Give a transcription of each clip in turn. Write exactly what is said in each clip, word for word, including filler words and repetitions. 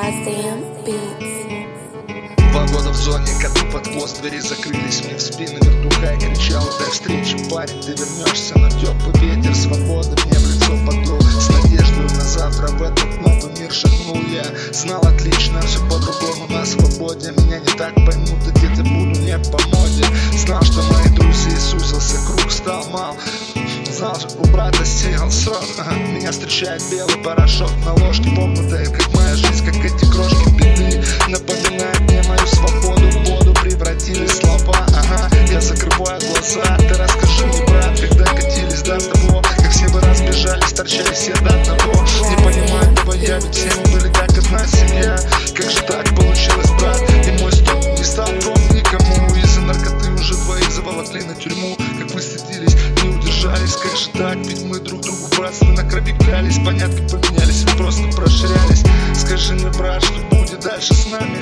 Два года в зоне, коты под хвост, двери закрылись мне в спину. Вертухай кричал: дай встречу, парень, ты вернешься. Но теплый ветер свободы мне в лицо подул. С надеждой на завтра в этот новый мир шагнул я. Знал отлично, все по-другому на свободе. Меня не так поймут, и где-то буду не по моде. Знал, что мои друзья сузился, круг стал мал. Знал, что у брата стигал срок. Ага. Меня встречает белый порошок на ложке, помнутая, как моя жизнь, как эти крошки беды. Напоминает мне мою свободу, в воду превратили слова. Ага, я закрываю глаза. Ты расскажи мне, брат, когда катились до того, как все бы разбежались, торчали все до одного. Не понимаю твоя, ведь все мы были как одна семья. Как же так получилось, брат? И мой стоп не стал пром никому. Из-за наркоты уже двоих заволокли на тюрьму. Как вы стыдились, не удержались. Как же так? Ведь мы друг другу братство на крови клялись. Понятки поменялись и просто проширялись. Скажи мне, брат, что будет дальше с нами?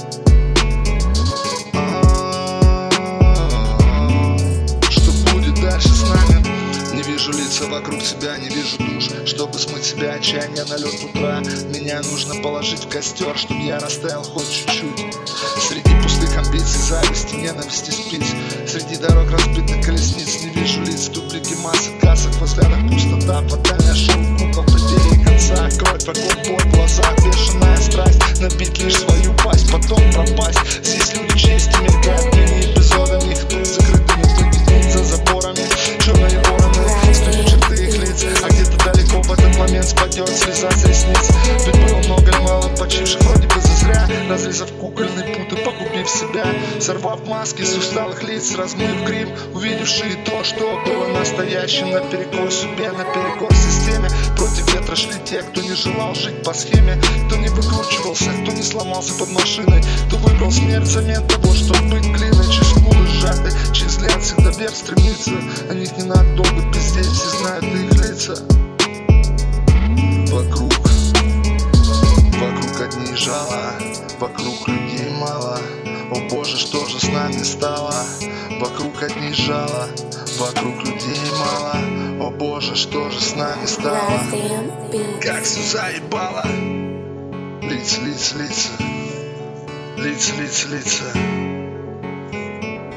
Что будет дальше с нами? Не вижу лица вокруг себя, не вижу душ. Чтобы смыть себя отчаяние на лед утра, меня нужно положить в костер, чтобы я растаял хоть чуть-чуть. Среди пустых амбиций, зависти, ненависти, спиц. Среди дорог разбитых колесниц не вижу лиц. Дублики масок, касок, во взглядах пустота. Фатальное шоу, кукол, предели конца. Кровь, огонь, боль в глазах, бешеная страсть. Набить лишь свою пасть, потом пропасть. Здесь люди чести мелькают мини эпизодами. Их тут закрытыми выйдет за заборами. Черные вороны, студят черты их лиц. А где-то далеко в этот момент спадет слеза с ресниц. Ведь было много и мало почивших вроде бы зазря. Разрезав кукольный путь и погубив себя, сорвав маски с усталых лиц, размыв грим, увидевшие то, что было настоящим. Наперекор судьбе, наперекор системе. Против ветра шли те, кто не желал жить по схеме. Кто не выкручивался, кто не сломался под машиной, кто выбрал смерть взамен того, чтобы быть глиной. Чьи скулы сжаты, чьи взгляд всегда вверх стремится. О них не надо долго пиздеть, все знают их лица. Вокруг, вокруг одни жала, вокруг людей мало. О боже, что же с нами стало? Вокруг одни жала, вокруг людей мало. О боже, что же с нами стало? Как все заебало. Лица, лица, лица, лица, лица, лица.